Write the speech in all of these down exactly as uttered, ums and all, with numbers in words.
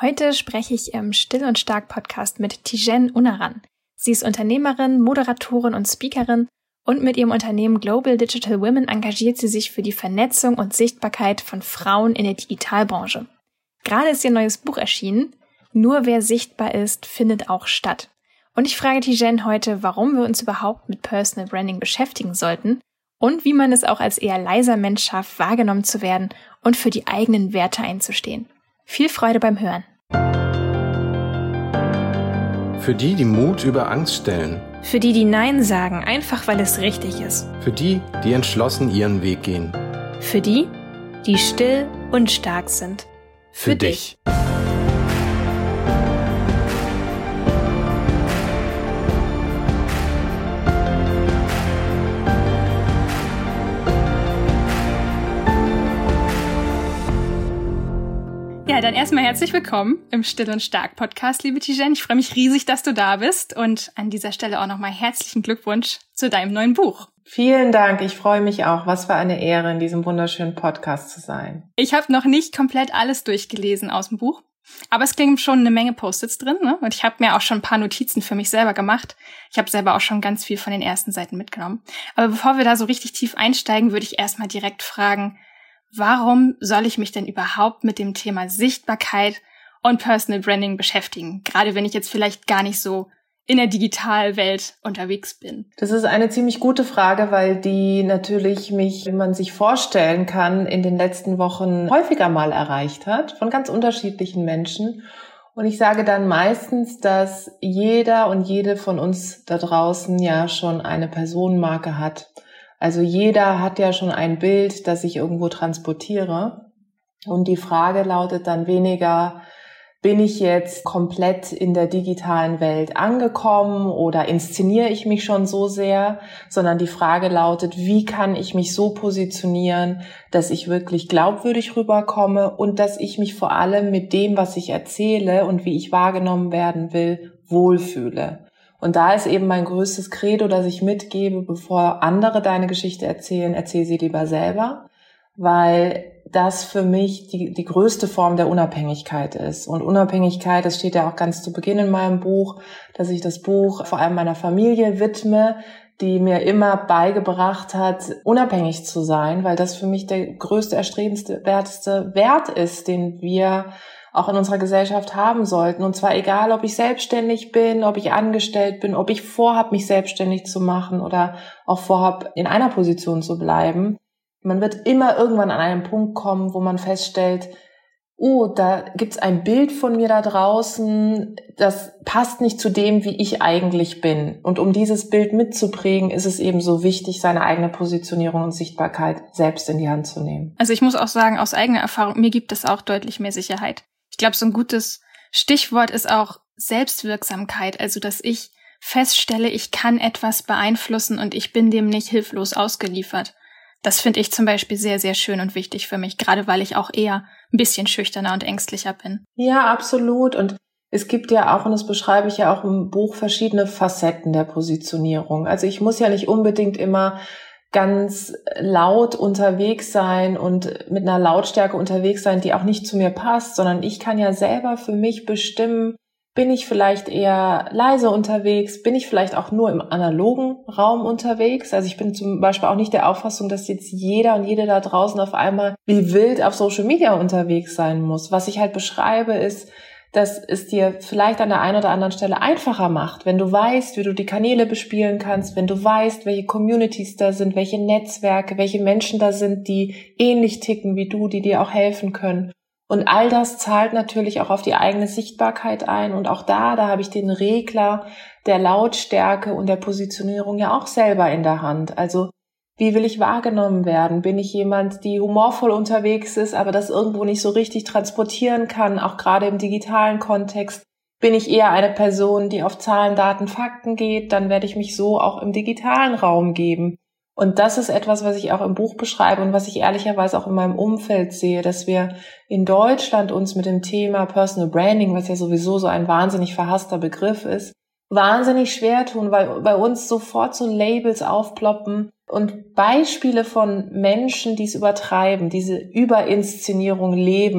Heute spreche ich im Still und Stark Podcast mit Tijen Unaran. Sie ist Unternehmerin, Moderatorin und Speakerin und mit ihrem Unternehmen Global Digital Women engagiert sie sich für die Vernetzung und Sichtbarkeit von Frauen in der Digitalbranche. Gerade ist ihr neues Buch erschienen, Nur wer sichtbar ist, findet auch statt. Und ich frage Tijen heute, warum wir uns überhaupt mit Personal Branding beschäftigen sollten und wie man es auch als eher leiser Mensch schafft, wahrgenommen zu werden und für die eigenen Werte einzustehen. Viel Freude beim Hören. Für die, die Mut über Angst stellen. Für die, die Nein sagen, einfach weil es richtig ist. Für die, die entschlossen ihren Weg gehen. Für die, die still und stark sind. Für, Für dich. dich. Ja, dann erstmal herzlich willkommen im Still und Stark Podcast, liebe Tijen. Ich freue mich riesig, dass du da bist und an dieser Stelle auch nochmal herzlichen Glückwunsch zu deinem neuen Buch. Vielen Dank, ich freue mich auch. Was für eine Ehre, in diesem wunderschönen Podcast zu sein. Ich habe noch nicht komplett alles durchgelesen aus dem Buch, aber es klingen schon eine Menge Post-its drin, ne? Und ich habe mir auch schon ein paar Notizen für mich selber gemacht. Ich habe selber auch schon ganz viel von den ersten Seiten mitgenommen. Aber bevor wir da so richtig tief einsteigen, würde ich erstmal direkt fragen, warum soll ich mich denn überhaupt mit dem Thema Sichtbarkeit und Personal Branding beschäftigen? Gerade wenn ich jetzt vielleicht gar nicht so in der Digitalwelt unterwegs bin. Das ist eine ziemlich gute Frage, weil die natürlich mich, wie man sich vorstellen kann, in den letzten Wochen häufiger mal erreicht hat, von ganz unterschiedlichen Menschen. Und ich sage dann meistens, dass jeder und jede von uns da draußen ja schon eine Personenmarke hat. Also jeder hat ja schon ein Bild, das ich irgendwo transportiere. Und die Frage lautet dann weniger, bin ich jetzt komplett in der digitalen Welt angekommen oder inszeniere ich mich schon so sehr, sondern die Frage lautet, wie kann ich mich so positionieren, dass ich wirklich glaubwürdig rüberkomme und dass ich mich vor allem mit dem, was ich erzähle und wie ich wahrgenommen werden will, wohlfühle. Und da ist eben mein größtes Credo, das ich mitgebe, bevor andere deine Geschichte erzählen, erzähl sie lieber selber, weil das für mich die, die größte Form der Unabhängigkeit ist. Und Unabhängigkeit, das steht ja auch ganz zu Beginn in meinem Buch, dass ich das Buch vor allem meiner Familie widme, die mir immer beigebracht hat, unabhängig zu sein, weil das für mich der größte, erstrebenswerteste Wert ist, den wir auch in unserer Gesellschaft haben sollten. Und zwar egal, ob ich selbstständig bin, ob ich angestellt bin, ob ich vorhab, mich selbstständig zu machen oder auch vorhab, in einer Position zu bleiben. Man wird immer irgendwann an einen Punkt kommen, wo man feststellt, oh, da gibt's ein Bild von mir da draußen, das passt nicht zu dem, wie ich eigentlich bin. Und um dieses Bild mitzuprägen, ist es eben so wichtig, seine eigene Positionierung und Sichtbarkeit selbst in die Hand zu nehmen. Also ich muss auch sagen, aus eigener Erfahrung, mir gibt es auch deutlich mehr Sicherheit. Ich glaube, so ein gutes Stichwort ist auch Selbstwirksamkeit, also dass ich feststelle, ich kann etwas beeinflussen und ich bin dem nicht hilflos ausgeliefert. Das finde ich zum Beispiel sehr, sehr schön und wichtig für mich, gerade weil ich auch eher ein bisschen schüchterner und ängstlicher bin. Ja, absolut. Und es gibt ja auch, und das beschreibe ich ja auch im Buch, verschiedene Facetten der Positionierung. Also ich muss ja nicht unbedingt immer ganz laut unterwegs sein und mit einer Lautstärke unterwegs sein, die auch nicht zu mir passt, sondern ich kann ja selber für mich bestimmen, bin ich vielleicht eher leise unterwegs, bin ich vielleicht auch nur im analogen Raum unterwegs. Also ich bin zum Beispiel auch nicht der Auffassung, dass jetzt jeder und jede da draußen auf einmal wie wild auf Social Media unterwegs sein muss. Was ich halt beschreibe ist, dass es dir vielleicht an der einen oder anderen Stelle einfacher macht, wenn du weißt, wie du die Kanäle bespielen kannst, wenn du weißt, welche Communities da sind, welche Netzwerke, welche Menschen da sind, die ähnlich ticken wie du, die dir auch helfen können. Und all das zahlt natürlich auch auf die eigene Sichtbarkeit ein. Und auch da, da habe ich den Regler der Lautstärke und der Positionierung ja auch selber in der Hand. Also wie will ich wahrgenommen werden? Bin ich jemand, die humorvoll unterwegs ist, aber das irgendwo nicht so richtig transportieren kann, auch gerade im digitalen Kontext? Bin ich eher eine Person, die auf Zahlen, Daten, Fakten geht? Dann werde ich mich so auch im digitalen Raum geben. Und das ist etwas, was ich auch im Buch beschreibe und was ich ehrlicherweise auch in meinem Umfeld sehe, dass wir in Deutschland uns mit dem Thema Personal Branding, was ja sowieso so ein wahnsinnig verhasster Begriff ist, wahnsinnig schwer tun, weil bei uns sofort so Labels aufploppen und Beispiele von Menschen, die es übertreiben, diese Überinszenierung leben,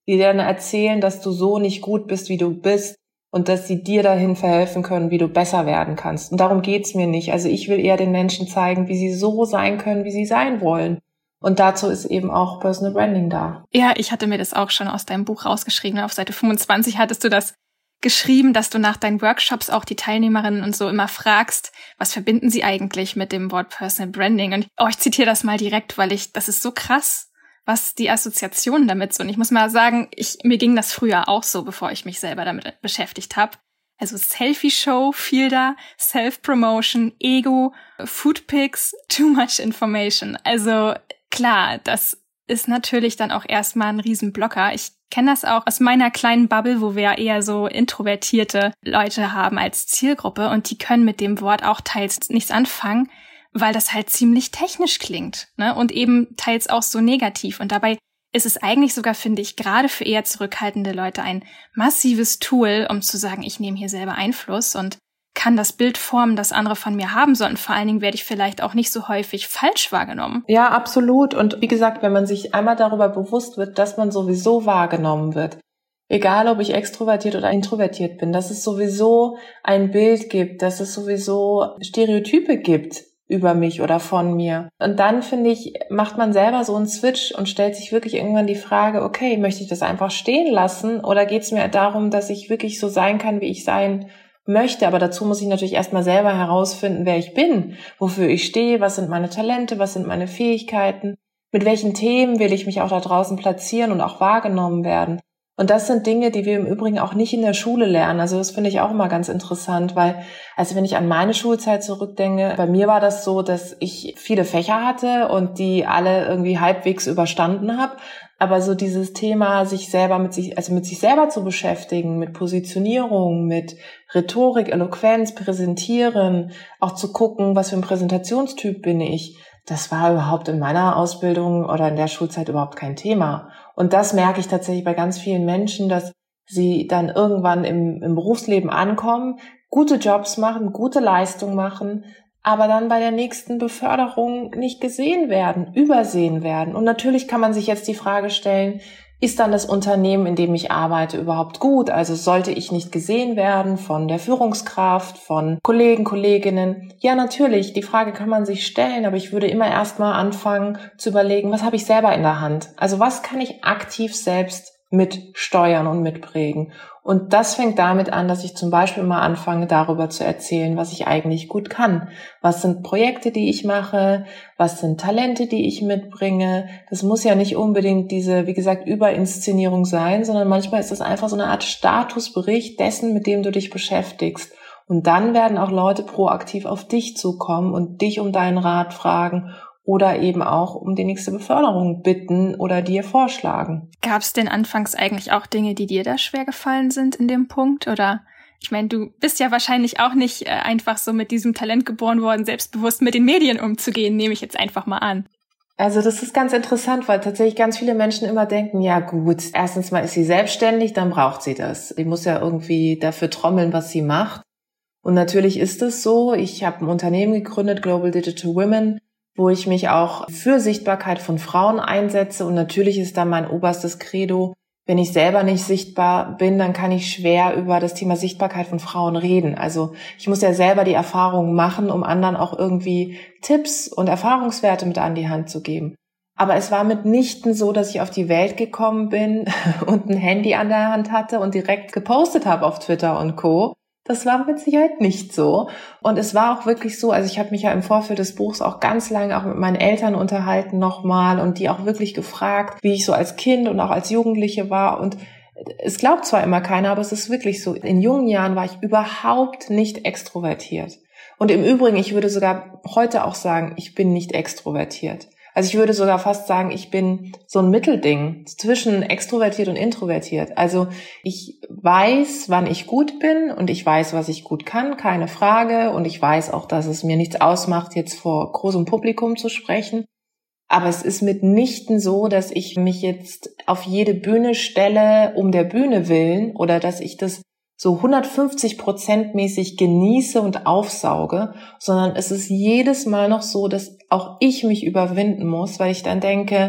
die dir dann erzählen, dass du so nicht gut bist, wie du bist und dass sie dir dahin verhelfen können, wie du besser werden kannst. Und darum geht's mir nicht. Also ich will eher den Menschen zeigen, wie sie so sein können, wie sie sein wollen. Und dazu ist eben auch Personal Branding da. Ja, ich hatte mir das auch schon aus deinem Buch rausgeschrieben. Auf Seite fünfundzwanzig hattest du das geschrieben, dass du nach deinen Workshops auch die Teilnehmerinnen und so immer fragst, was verbinden sie eigentlich mit dem Wort Personal Branding? Und oh, ich zitiere das mal direkt, weil ich, das ist so krass, was die Assoziationen damit sind. Und ich muss mal sagen, ich, mir ging das früher auch so, bevor ich mich selber damit beschäftigt habe. Also Selfie-Show, viel da, Self-Promotion, Ego, Foodpics, too much information. Also klar, das ist natürlich dann auch erstmal ein Riesenblocker. Ich kenne das auch aus meiner kleinen Bubble, wo wir eher so introvertierte Leute haben als Zielgruppe und die können mit dem Wort auch teils nichts anfangen, weil das halt ziemlich technisch klingt, ne? Und eben teils auch so negativ. Und dabei ist es eigentlich sogar, finde ich, gerade für eher zurückhaltende Leute ein massives Tool, um zu sagen, ich nehme hier selber Einfluss und kann das Bild formen, das andere von mir haben sollen. Vor allen Dingen werde ich vielleicht auch nicht so häufig falsch wahrgenommen. Ja, absolut. Und wie gesagt, wenn man sich einmal darüber bewusst wird, dass man sowieso wahrgenommen wird, egal ob ich extrovertiert oder introvertiert bin, dass es sowieso ein Bild gibt, dass es sowieso Stereotype gibt über mich oder von mir. Und dann, finde ich, macht man selber so einen Switch und stellt sich wirklich irgendwann die Frage, okay, möchte ich das einfach stehen lassen oder geht es mir darum, dass ich wirklich so sein kann, wie ich sein möchte, aber dazu muss ich natürlich erstmal selber herausfinden, wer ich bin, wofür ich stehe, was sind meine Talente, was sind meine Fähigkeiten, mit welchen Themen will ich mich auch da draußen platzieren und auch wahrgenommen werden. Und das sind Dinge, die wir im Übrigen auch nicht in der Schule lernen. Also das finde ich auch immer ganz interessant, weil, also wenn ich an meine Schulzeit zurückdenke, bei mir war das so, dass ich viele Fächer hatte und die alle irgendwie halbwegs überstanden habe. Aber so dieses Thema, sich selber mit sich, also mit sich selber zu beschäftigen, mit Positionierung, mit Rhetorik, Eloquenz, Präsentieren, auch zu gucken, was für ein Präsentationstyp bin ich, das war überhaupt in meiner Ausbildung oder in der Schulzeit überhaupt kein Thema. Und das merke ich tatsächlich bei ganz vielen Menschen, dass sie dann irgendwann im, im Berufsleben ankommen, gute Jobs machen, gute Leistung machen, aber dann bei der nächsten Beförderung nicht gesehen werden, übersehen werden. Und natürlich kann man sich jetzt die Frage stellen, ist dann das Unternehmen, in dem ich arbeite, überhaupt gut? Also sollte ich nicht gesehen werden von der Führungskraft, von Kollegen, Kolleginnen? Ja, natürlich, die Frage kann man sich stellen, aber ich würde immer erstmal anfangen zu überlegen, was habe ich selber in der Hand? Also was kann ich aktiv selbst mitsteuern und mitprägen? Und das fängt damit an, dass ich zum Beispiel mal anfange, darüber zu erzählen, was ich eigentlich gut kann. Was sind Projekte, die ich mache? Was sind Talente, die ich mitbringe? Das muss ja nicht unbedingt diese, wie gesagt, Überinszenierung sein, sondern manchmal ist das einfach so eine Art Statusbericht dessen, mit dem du dich beschäftigst. Und dann werden auch Leute proaktiv auf dich zukommen und dich um deinen Rat fragen oder eben auch um die nächste Beförderung bitten oder dir vorschlagen. Gab es denn anfangs eigentlich auch Dinge, die dir da schwer gefallen sind in dem Punkt? Oder ich meine, du bist ja wahrscheinlich auch nicht äh, einfach so mit diesem Talent geboren worden, selbstbewusst mit den Medien umzugehen, nehme ich jetzt einfach mal an. Also das ist ganz interessant, weil tatsächlich ganz viele Menschen immer denken, ja gut, erstens mal ist sie selbstständig, dann braucht sie das. Sie muss ja irgendwie dafür trommeln, was sie macht. Und natürlich ist es so, ich habe ein Unternehmen gegründet, Global Digital Women, wo ich mich auch für Sichtbarkeit von Frauen einsetze. Und natürlich ist da mein oberstes Credo, wenn ich selber nicht sichtbar bin, dann kann ich schwer über das Thema Sichtbarkeit von Frauen reden. Also ich muss ja selber die Erfahrungen machen, um anderen auch irgendwie Tipps und Erfahrungswerte mit an die Hand zu geben. Aber es war mitnichten so, dass ich auf die Welt gekommen bin und ein Handy an der Hand hatte und direkt gepostet habe auf Twitter und Co. Das war mit Sicherheit nicht so. Und es war auch wirklich so, also ich habe mich ja im Vorfeld des Buchs auch ganz lange auch mit meinen Eltern unterhalten nochmal und die auch wirklich gefragt, wie ich so als Kind und auch als Jugendliche war. Und es glaubt zwar immer keiner, aber es ist wirklich so. In jungen Jahren war ich überhaupt nicht extrovertiert. Und im Übrigen, ich würde sogar heute auch sagen, ich bin nicht extrovertiert. Also ich würde sogar fast sagen, ich bin so ein Mittelding zwischen extrovertiert und introvertiert. Also ich weiß, wann ich gut bin und ich weiß, was ich gut kann, keine Frage. Und ich weiß auch, dass es mir nichts ausmacht, jetzt vor großem Publikum zu sprechen. Aber es ist mitnichten so, dass ich mich jetzt auf jede Bühne stelle, um der Bühne willen, oder dass ich das so hundertfünfzig Prozent mäßig genieße und aufsauge, sondern es ist jedes Mal noch so, dass auch ich mich überwinden muss, weil ich dann denke,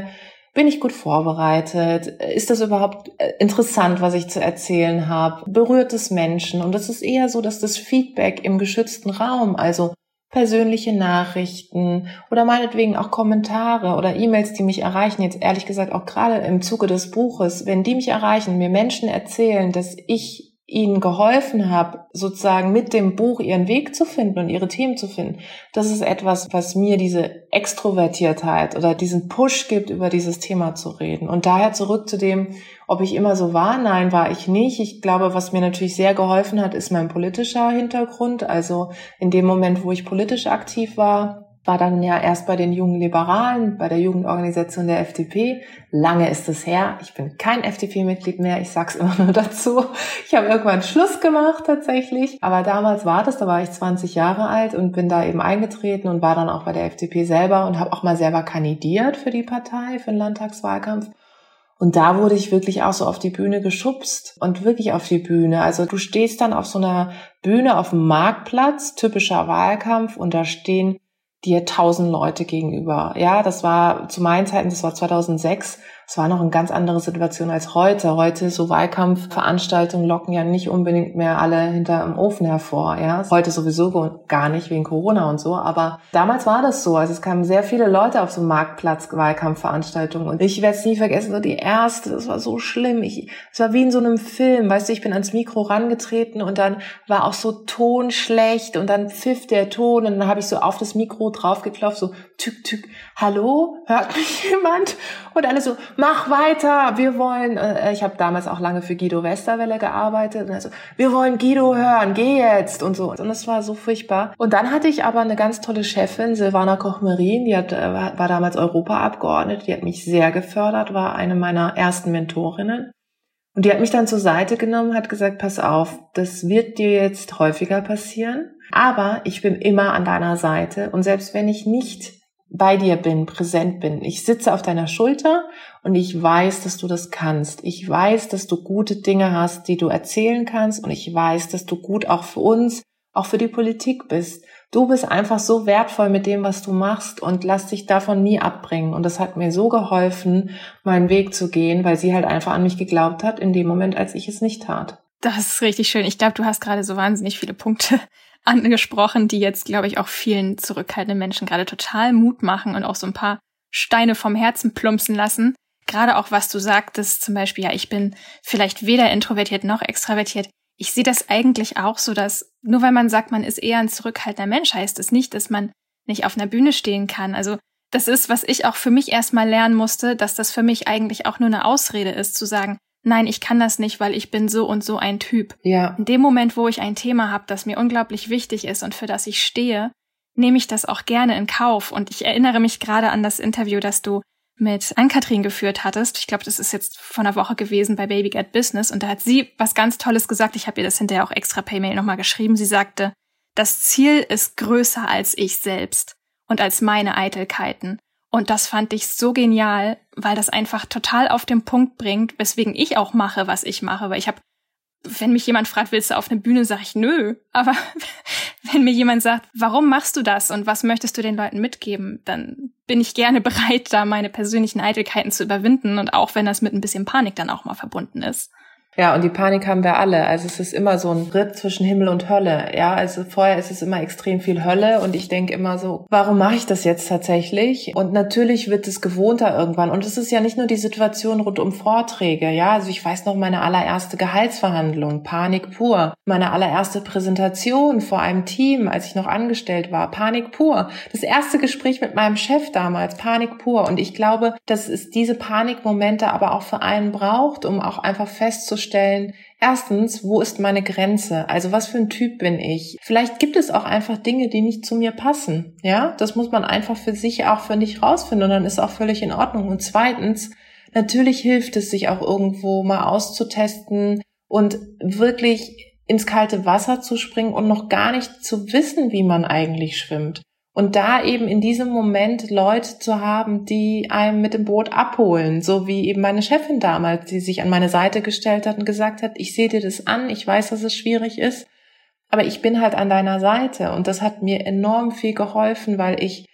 Bin ich gut vorbereitet? Ist das überhaupt interessant, was ich zu erzählen habe? Berührt es Menschen? Und es ist eher so, dass das Feedback im geschützten Raum, also persönliche Nachrichten oder meinetwegen auch Kommentare oder E-Mails, die mich erreichen, jetzt ehrlich gesagt auch gerade im Zuge des Buches, wenn die mich erreichen, mir Menschen erzählen, dass ich ihnen geholfen habe, sozusagen mit dem Buch ihren Weg zu finden und ihre Themen zu finden, das ist etwas, was mir diese Extrovertiertheit oder diesen Push gibt, über dieses Thema zu reden. Und daher zurück zu dem, ob ich immer so war. Nein, war ich nicht. Ich glaube, was mir natürlich sehr geholfen hat, ist mein politischer Hintergrund. Also in dem Moment, wo ich politisch aktiv war, war dann ja erst bei den jungen Liberalen, bei der Jugendorganisation der F D P. Lange ist es her. Ich bin kein F D P-Mitglied mehr. Ich sag's immer nur dazu. Ich habe irgendwann Schluss gemacht tatsächlich. Aber damals war das, da war ich zwanzig Jahre alt und bin da eben eingetreten und war dann auch bei der F D P selber und habe auch mal selber kandidiert für die Partei, für den Landtagswahlkampf. Und da wurde ich wirklich auch so auf die Bühne geschubst und wirklich auf die Bühne. Also du stehst dann auf so einer Bühne auf dem Marktplatz, typischer Wahlkampf, und da stehen dir tausend Leute gegenüber. Ja, das war zu meinen Zeiten, das war zweitausendsechs, es war noch eine ganz andere Situation als heute. Heute so Wahlkampfveranstaltungen locken ja nicht unbedingt mehr alle hinterm Ofen hervor. Ja, heute sowieso gar nicht wegen Corona und so. Aber damals war das so. Also es kamen sehr viele Leute auf so Marktplatz-Wahlkampfveranstaltungen. Und ich werde es nie vergessen, so die erste, das war so schlimm. Ich, es war wie in so einem Film. Weißt du, ich bin ans Mikro rangetreten und dann war auch so Ton schlecht und dann pfiff der Ton und dann habe ich so auf das Mikro draufgeklopft, so tück, tück, hallo, hört mich jemand? Und alle so, mach weiter, wir wollen, äh, ich habe damals auch lange für Guido Westerwelle gearbeitet, und also, wir wollen Guido hören, geh jetzt und so. Und das war so furchtbar. Und dann hatte ich aber eine ganz tolle Chefin, Silvana Koch-Merin, die hat, äh, war damals Europaabgeordnete, die hat mich sehr gefördert, war eine meiner ersten Mentorinnen. Und die hat mich dann zur Seite genommen, hat gesagt, pass auf, das wird dir jetzt häufiger passieren, aber ich bin immer an deiner Seite und selbst wenn ich nicht bei dir bin, präsent bin, ich sitze auf deiner Schulter und ich weiß, dass du das kannst. Ich weiß, dass du gute Dinge hast, die du erzählen kannst und ich weiß, dass du gut auch für uns, auch für die Politik bist. Du bist einfach so wertvoll mit dem, was du machst und lass dich davon nie abbringen. Und das hat mir so geholfen, meinen Weg zu gehen, weil sie halt einfach an mich geglaubt hat in dem Moment, als ich es nicht tat. Das ist richtig schön. Ich glaube, du hast gerade so wahnsinnig viele Punkte angesprochen, die jetzt, glaube ich, auch vielen zurückhaltenden Menschen gerade total Mut machen und auch so ein paar Steine vom Herzen plumpsen lassen. Gerade auch, was du sagtest, zum Beispiel, ja, ich bin vielleicht weder introvertiert noch extravertiert. Ich sehe das eigentlich auch so, dass nur weil man sagt, man ist eher ein zurückhaltender Mensch, heißt es nicht, dass man nicht auf einer Bühne stehen kann. Also das ist, was ich auch für mich erstmal lernen musste, dass das für mich eigentlich auch nur eine Ausrede ist, zu sagen, nein, ich kann das nicht, weil ich bin so und so ein Typ. Ja. In dem Moment, wo ich ein Thema habe, das mir unglaublich wichtig ist und für das ich stehe, nehme ich das auch gerne in Kauf. Und ich erinnere mich gerade an das Interview, das du mit Ann-Kathrin geführt hattest. Ich glaube, das ist jetzt vor einer Woche gewesen bei Baby Get Business. Und da hat sie was ganz Tolles gesagt. Ich habe ihr das hinterher auch extra per Mail nochmal geschrieben. Sie sagte, das Ziel ist größer als ich selbst und als meine Eitelkeiten. Und das fand ich so genial, weil das einfach total auf den Punkt bringt, weswegen ich auch mache, was ich mache. Weil ich habe, wenn mich jemand fragt, willst du auf eine Bühne, sage ich nö. Aber wenn mir jemand sagt, warum machst du das und was möchtest du den Leuten mitgeben, dann bin ich gerne bereit, da meine persönlichen Eitelkeiten zu überwinden. Und auch wenn das mit ein bisschen Panik dann auch mal verbunden ist. Ja, und die Panik haben wir alle. Also es ist immer so ein Ritt zwischen Himmel und Hölle. Ja, also vorher ist es immer extrem viel Hölle und ich denke immer so, warum mache ich das jetzt tatsächlich? Und natürlich wird es gewohnter irgendwann. Und es ist ja nicht nur die Situation rund um Vorträge. Ja, also ich weiß noch meine allererste Gehaltsverhandlung, Panik pur. Meine allererste Präsentation vor einem Team, als ich noch angestellt war, Panik pur. Das erste Gespräch mit meinem Chef damals, Panik pur. Und ich glaube, dass es diese Panikmomente aber auch für einen braucht, um auch einfach festzustellen, stellen. Erstens, wo ist meine Grenze? Also was für ein Typ bin ich? Vielleicht gibt es auch einfach Dinge, die nicht zu mir passen. Ja, das muss man einfach für sich auch für dich rausfinden und dann ist auch völlig in Ordnung. Und zweitens, natürlich hilft es, sich auch irgendwo mal auszutesten und wirklich ins kalte Wasser zu springen und noch gar nicht zu wissen, wie man eigentlich schwimmt. Und da eben in diesem Moment Leute zu haben, die einem mit dem Boot abholen, so wie eben meine Chefin damals, die sich an meine Seite gestellt hat und gesagt hat, ich sehe dir das an, ich weiß, dass es schwierig ist, aber ich bin halt an deiner Seite. Und das hat mir enorm viel geholfen, weil ich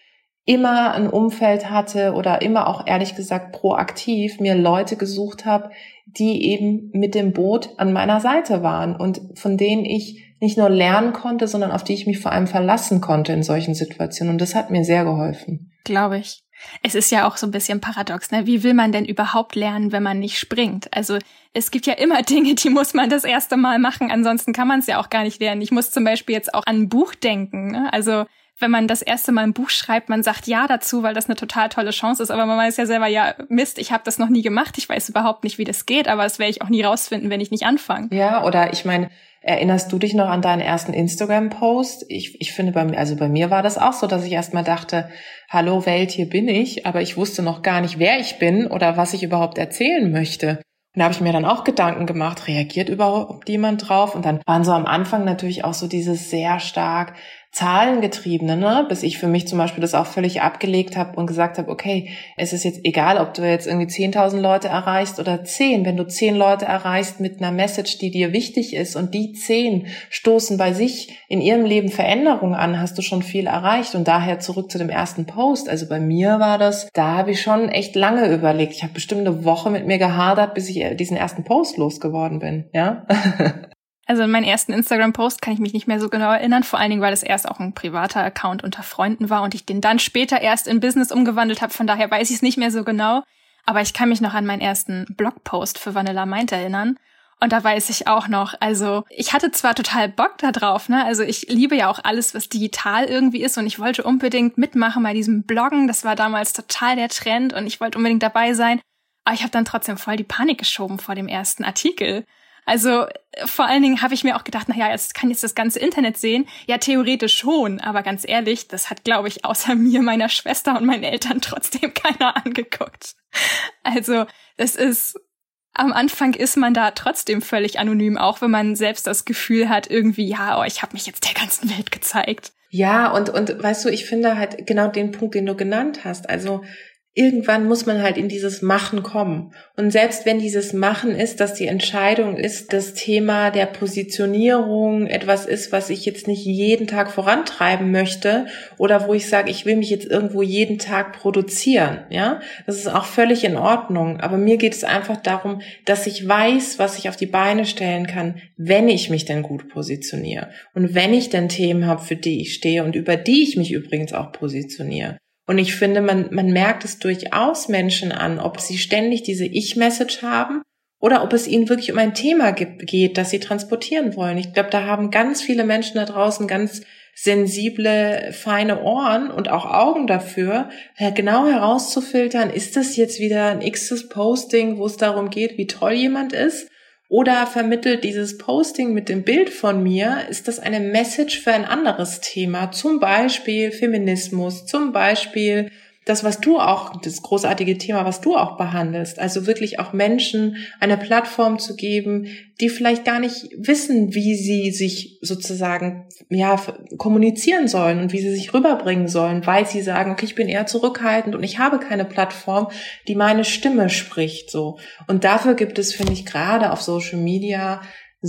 immer ein Umfeld hatte oder immer auch ehrlich gesagt proaktiv mir Leute gesucht habe, die eben mit dem Boot an meiner Seite waren und von denen ich nicht nur lernen konnte, sondern auf die ich mich vor allem verlassen konnte in solchen Situationen. Und das hat mir sehr geholfen. Glaube ich. Es ist ja auch so ein bisschen paradox, ne? Wie will man denn überhaupt lernen, wenn man nicht springt? Also es gibt ja immer Dinge, die muss man das erste Mal machen, ansonsten kann man es ja auch gar nicht lernen. Ich muss zum Beispiel jetzt auch an ein Buch denken, ne? Also wenn man das erste Mal ein Buch schreibt, man sagt ja dazu, weil das eine total tolle Chance ist, aber man weiß ja selber, ja, Mist, ich habe das noch nie gemacht, ich weiß überhaupt nicht, wie das geht, aber das werde ich auch nie rausfinden, wenn ich nicht anfange. Ja, oder ich meine, erinnerst du dich noch an deinen ersten Instagram-Post? Ich, ich finde, bei mir, also bei mir war das auch so, dass ich erst mal dachte, hallo Welt, hier bin ich, aber ich wusste noch gar nicht, wer ich bin oder was ich überhaupt erzählen möchte. Und da habe ich mir dann auch Gedanken gemacht, reagiert überhaupt jemand drauf? Und dann waren so am Anfang natürlich auch so dieses sehr stark Zahlengetriebene, ne? Bis ich für mich zum Beispiel das auch völlig abgelegt habe und gesagt habe, okay, es ist jetzt egal, ob du jetzt irgendwie zehntausend Leute erreichst oder zehn. Wenn du zehn Leute erreichst mit einer Message, die dir wichtig ist und die zehn stoßen bei sich in ihrem Leben Veränderungen an, hast du schon viel erreicht. Und daher zurück zu dem ersten Post. Also bei mir war das, da habe ich schon echt lange überlegt. Ich habe bestimmt eine Woche mit mir gehadert, bis ich diesen ersten Post losgeworden bin, ja. Also an meinen ersten Instagram-Post kann ich mich nicht mehr so genau erinnern, vor allen Dingen, weil es erst auch ein privater Account unter Freunden war und ich den dann später erst in Business umgewandelt habe, von daher weiß ich es nicht mehr so genau. Aber ich kann mich noch an meinen ersten Blogpost für Vanilla Mind erinnern und da weiß ich auch noch, also ich hatte zwar total Bock da drauf, ne, also ich liebe ja auch alles, was digital irgendwie ist und ich wollte unbedingt mitmachen bei diesem Bloggen, das war damals total der Trend und ich wollte unbedingt dabei sein, aber ich habe dann trotzdem voll die Panik geschoben vor dem ersten Artikel. Also vor allen Dingen habe ich mir auch gedacht, naja, jetzt kann jetzt das ganze Internet sehen. Ja, theoretisch schon, aber ganz ehrlich, das hat, glaube ich, außer mir, meiner Schwester und meinen Eltern trotzdem keiner angeguckt. Also das ist, am Anfang ist man da trotzdem völlig anonym, auch wenn man selbst das Gefühl hat, irgendwie, ja, oh, ich habe mich jetzt der ganzen Welt gezeigt. Ja, und und weißt du, ich finde halt genau den Punkt, den du genannt hast, also irgendwann muss man halt in dieses Machen kommen. Und selbst wenn dieses Machen ist, dass die Entscheidung ist, das Thema der Positionierung etwas ist, was ich jetzt nicht jeden Tag vorantreiben möchte oder wo ich sage, ich will mich jetzt irgendwo jeden Tag produzieren, ja, das ist auch völlig in Ordnung. Aber mir geht es einfach darum, dass ich weiß, was ich auf die Beine stellen kann, wenn ich mich denn gut positioniere. Und wenn ich denn Themen habe, für die ich stehe und über die ich mich übrigens auch positioniere. Und ich finde, man, man merkt es durchaus Menschen an, ob sie ständig diese Ich-Message haben oder ob es ihnen wirklich um ein Thema geht, das sie transportieren wollen. Ich glaube, da haben ganz viele Menschen da draußen ganz sensible, feine Ohren und auch Augen dafür, genau herauszufiltern, ist das jetzt wieder ein x-tes Posting, wo es darum geht, wie toll jemand ist? Oder vermittelt dieses Posting mit dem Bild von mir, ist das eine Message für ein anderes Thema, zum Beispiel Feminismus, zum Beispiel das, was du auch, das großartige Thema, was du auch behandelst, also wirklich auch Menschen eine Plattform zu geben, die vielleicht gar nicht wissen, wie sie sich sozusagen ja kommunizieren sollen und wie sie sich rüberbringen sollen, weil sie sagen, okay, ich bin eher zurückhaltend und ich habe keine Plattform, die meine Stimme spricht, so. Und dafür gibt es, finde ich, gerade auf Social Media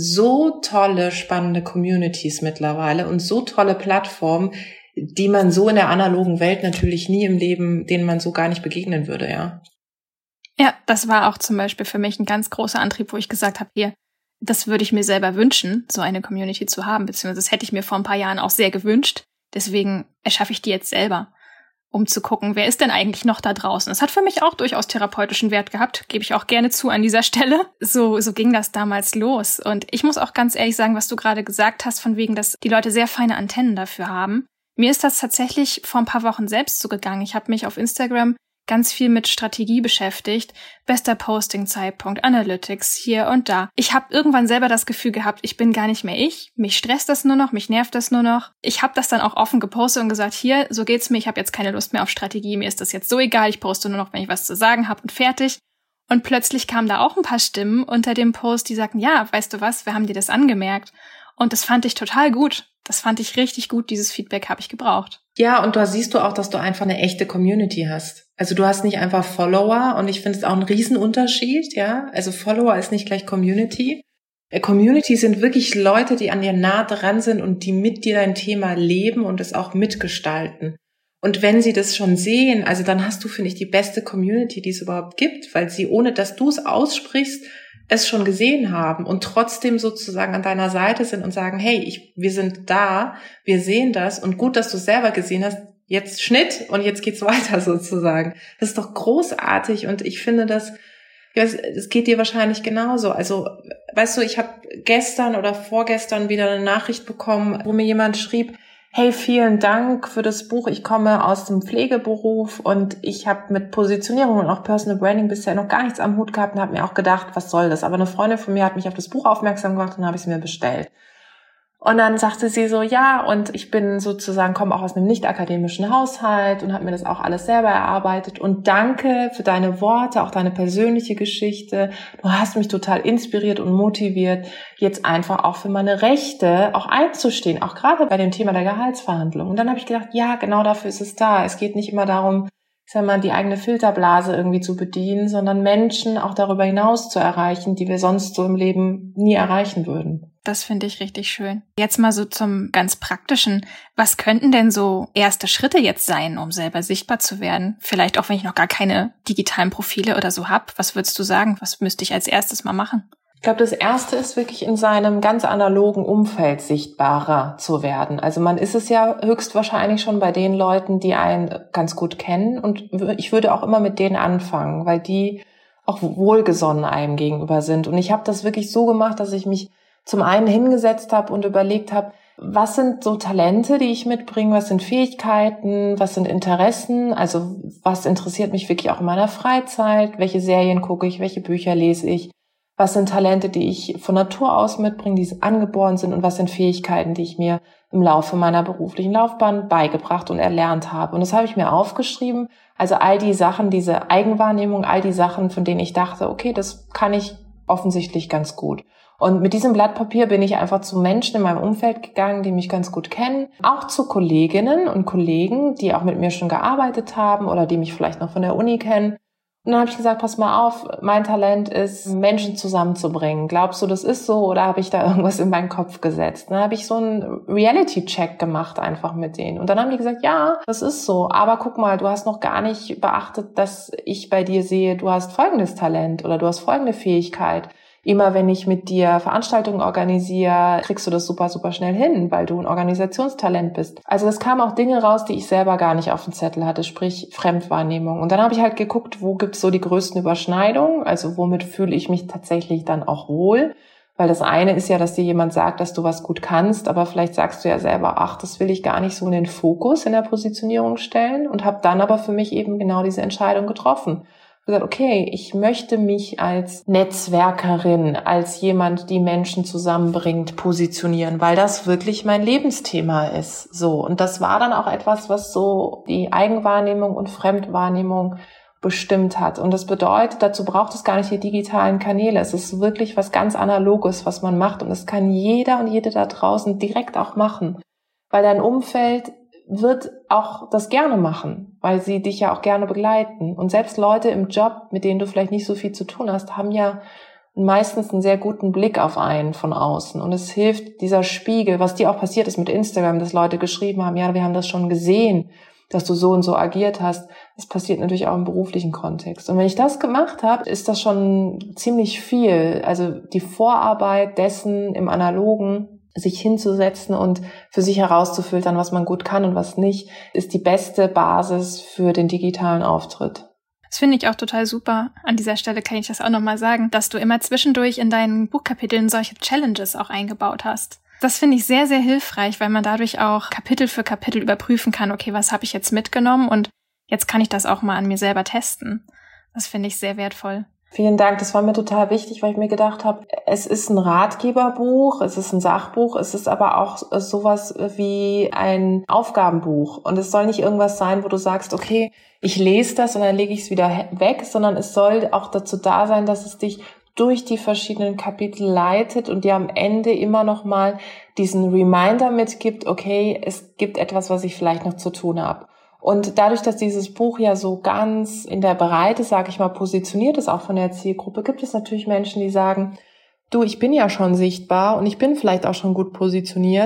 so tolle, spannende Communities mittlerweile und so tolle Plattformen, die man so in der analogen Welt natürlich nie im Leben, denen man so gar nicht begegnen würde, ja. Ja, das war auch zum Beispiel für mich ein ganz großer Antrieb, wo ich gesagt habe, hier, das würde ich mir selber wünschen, so eine Community zu haben, beziehungsweise das hätte ich mir vor ein paar Jahren auch sehr gewünscht. Deswegen erschaffe ich die jetzt selber, um zu gucken, wer ist denn eigentlich noch da draußen. Das hat für mich auch durchaus therapeutischen Wert gehabt, gebe ich auch gerne zu an dieser Stelle. So, so ging das damals los. Und ich muss auch ganz ehrlich sagen, was du gerade gesagt hast, von wegen, dass die Leute sehr feine Antennen dafür haben. Mir ist das tatsächlich vor ein paar Wochen selbst so gegangen. Ich habe mich auf Instagram ganz viel mit Strategie beschäftigt. Bester Posting-Zeitpunkt, Analytics hier und da. Ich habe irgendwann selber das Gefühl gehabt, ich bin gar nicht mehr ich. Mich stresst das nur noch, mich nervt das nur noch. Ich habe das dann auch offen gepostet und gesagt, hier, so geht's mir. Ich habe jetzt keine Lust mehr auf Strategie. Mir ist das jetzt so egal. Ich poste nur noch, wenn ich was zu sagen habe und fertig. Und plötzlich kamen da auch ein paar Stimmen unter dem Post, die sagten, ja, weißt du was, wir haben dir das angemerkt. Und das fand ich total gut. Das fand ich richtig gut. Dieses Feedback habe ich gebraucht. Ja, und da siehst du auch, dass du einfach eine echte Community hast. Also du hast nicht einfach Follower und ich finde es auch ein Riesenunterschied, ja. Also Follower ist nicht gleich Community. Community sind wirklich Leute, die an dir nah dran sind und die mit dir dein Thema leben und es auch mitgestalten. Und wenn sie das schon sehen, also dann hast du, finde ich, die beste Community, die es überhaupt gibt, weil sie, ohne dass du es aussprichst, es schon gesehen haben und trotzdem sozusagen an deiner Seite sind und sagen, hey, ich, wir sind da, wir sehen das und gut, dass du es selber gesehen hast, jetzt Schnitt und jetzt geht's weiter sozusagen. Das ist doch großartig und ich finde das, ja, es geht dir wahrscheinlich genauso. Also, weißt du, ich habe gestern oder vorgestern wieder eine Nachricht bekommen, wo mir jemand schrieb, hey, vielen Dank für das Buch. Ich komme aus dem Pflegeberuf und ich habe mit Positionierung und auch Personal Branding bisher noch gar nichts am Hut gehabt und habe mir auch gedacht, was soll das? Aber eine Freundin von mir hat mich auf das Buch aufmerksam gemacht und habe ich es mir bestellt. Und dann sagte sie so, ja, und ich bin sozusagen, komme auch aus einem nicht akademischen Haushalt und habe mir das auch alles selber erarbeitet. Und danke für deine Worte, auch deine persönliche Geschichte. Du hast mich total inspiriert und motiviert, jetzt einfach auch für meine Rechte auch einzustehen, auch gerade bei dem Thema der Gehaltsverhandlung. Und dann habe ich gedacht, ja, genau dafür ist es da. Es geht nicht immer darum, ich sag mal, die eigene Filterblase irgendwie zu bedienen, sondern Menschen auch darüber hinaus zu erreichen, die wir sonst so im Leben nie erreichen würden. Das finde ich richtig schön. Jetzt mal so zum ganz Praktischen. Was könnten denn so erste Schritte jetzt sein, um selber sichtbar zu werden? Vielleicht auch, wenn ich noch gar keine digitalen Profile oder so habe. Was würdest du sagen? Was müsste ich als erstes mal machen? Ich glaube, das Erste ist wirklich in seinem ganz analogen Umfeld sichtbarer zu werden. Also man ist es ja höchstwahrscheinlich schon bei den Leuten, die einen ganz gut kennen. Und ich würde auch immer mit denen anfangen, weil die auch wohlgesonnen einem gegenüber sind. Und ich habe das wirklich so gemacht, dass ich mich zum einen hingesetzt habe und überlegt habe, was sind so Talente, die ich mitbringe, was sind Fähigkeiten, was sind Interessen, also was interessiert mich wirklich auch in meiner Freizeit, welche Serien gucke ich, welche Bücher lese ich, was sind Talente, die ich von Natur aus mitbringe, die angeboren sind und was sind Fähigkeiten, die ich mir im Laufe meiner beruflichen Laufbahn beigebracht und erlernt habe. Und das habe ich mir aufgeschrieben, also all die Sachen, diese Eigenwahrnehmung, all die Sachen, von denen ich dachte, okay, das kann ich offensichtlich ganz gut. Und mit diesem Blatt Papier bin ich einfach zu Menschen in meinem Umfeld gegangen, die mich ganz gut kennen, auch zu Kolleginnen und Kollegen, die auch mit mir schon gearbeitet haben oder die mich vielleicht noch von der Uni kennen. Und dann habe ich gesagt, pass mal auf, mein Talent ist, Menschen zusammenzubringen. Glaubst du, das ist so oder habe ich da irgendwas in meinen Kopf gesetzt? Dann habe ich so einen Reality-Check gemacht einfach mit denen. Und dann haben die gesagt, ja, das ist so. Aber guck mal, du hast noch gar nicht beachtet, dass ich bei dir sehe, du hast folgendes Talent oder du hast folgende Fähigkeit. Immer wenn ich mit dir Veranstaltungen organisiere, kriegst du das super, super schnell hin, weil du ein Organisationstalent bist. Also es kamen auch Dinge raus, die ich selber gar nicht auf dem Zettel hatte, sprich Fremdwahrnehmung. Und dann habe ich halt geguckt, wo gibt es so die größten Überschneidungen, also womit fühle ich mich tatsächlich dann auch wohl. Weil das eine ist ja, dass dir jemand sagt, dass du was gut kannst, aber vielleicht sagst du ja selber, ach, das will ich gar nicht so in den Fokus in der Positionierung stellen und habe dann aber für mich eben genau diese Entscheidung getroffen. Gesagt, okay, ich möchte mich als Netzwerkerin, als jemand, die Menschen zusammenbringt, positionieren, weil das wirklich mein Lebensthema ist. So. Und das war dann auch etwas, was so die Eigenwahrnehmung und Fremdwahrnehmung bestimmt hat. Und das bedeutet, dazu braucht es gar nicht die digitalen Kanäle. Es ist wirklich was ganz Analoges, was man macht. Und es kann jeder und jede da draußen direkt auch machen. Weil dein Umfeld wird auch das gerne machen, weil sie dich ja auch gerne begleiten. Und selbst Leute im Job, mit denen du vielleicht nicht so viel zu tun hast, haben ja meistens einen sehr guten Blick auf einen von außen. Und es hilft dieser Spiegel, was dir auch passiert ist mit Instagram, dass Leute geschrieben haben, ja, wir haben das schon gesehen, dass du so und so agiert hast. Das passiert natürlich auch im beruflichen Kontext. Und wenn ich das gemacht habe, ist das schon ziemlich viel. Also die Vorarbeit dessen im Analogen, sich hinzusetzen und für sich herauszufiltern, was man gut kann und was nicht, ist die beste Basis für den digitalen Auftritt. Das finde ich auch total super. An dieser Stelle kann ich das auch nochmal sagen, dass du immer zwischendurch in deinen Buchkapiteln solche Challenges auch eingebaut hast. Das finde ich sehr, sehr hilfreich, weil man dadurch auch Kapitel für Kapitel überprüfen kann, okay, was habe ich jetzt mitgenommen und jetzt kann ich das auch mal an mir selber testen. Das finde ich sehr wertvoll. Vielen Dank, das war mir total wichtig, weil ich mir gedacht habe, es ist ein Ratgeberbuch, es ist ein Sachbuch, es ist aber auch sowas wie ein Aufgabenbuch. Und es soll nicht irgendwas sein, wo du sagst, okay, ich lese das und dann lege ich es wieder weg, sondern es soll auch dazu da sein, dass es dich durch die verschiedenen Kapitel leitet und dir am Ende immer noch mal diesen Reminder mitgibt, okay, es gibt etwas, was ich vielleicht noch zu tun habe. Und dadurch, dass dieses Buch ja so ganz in der Breite, sage ich mal, positioniert ist, auch von der Zielgruppe, gibt es natürlich Menschen, die sagen, du, ich bin ja schon sichtbar und ich bin vielleicht auch schon gut positioniert,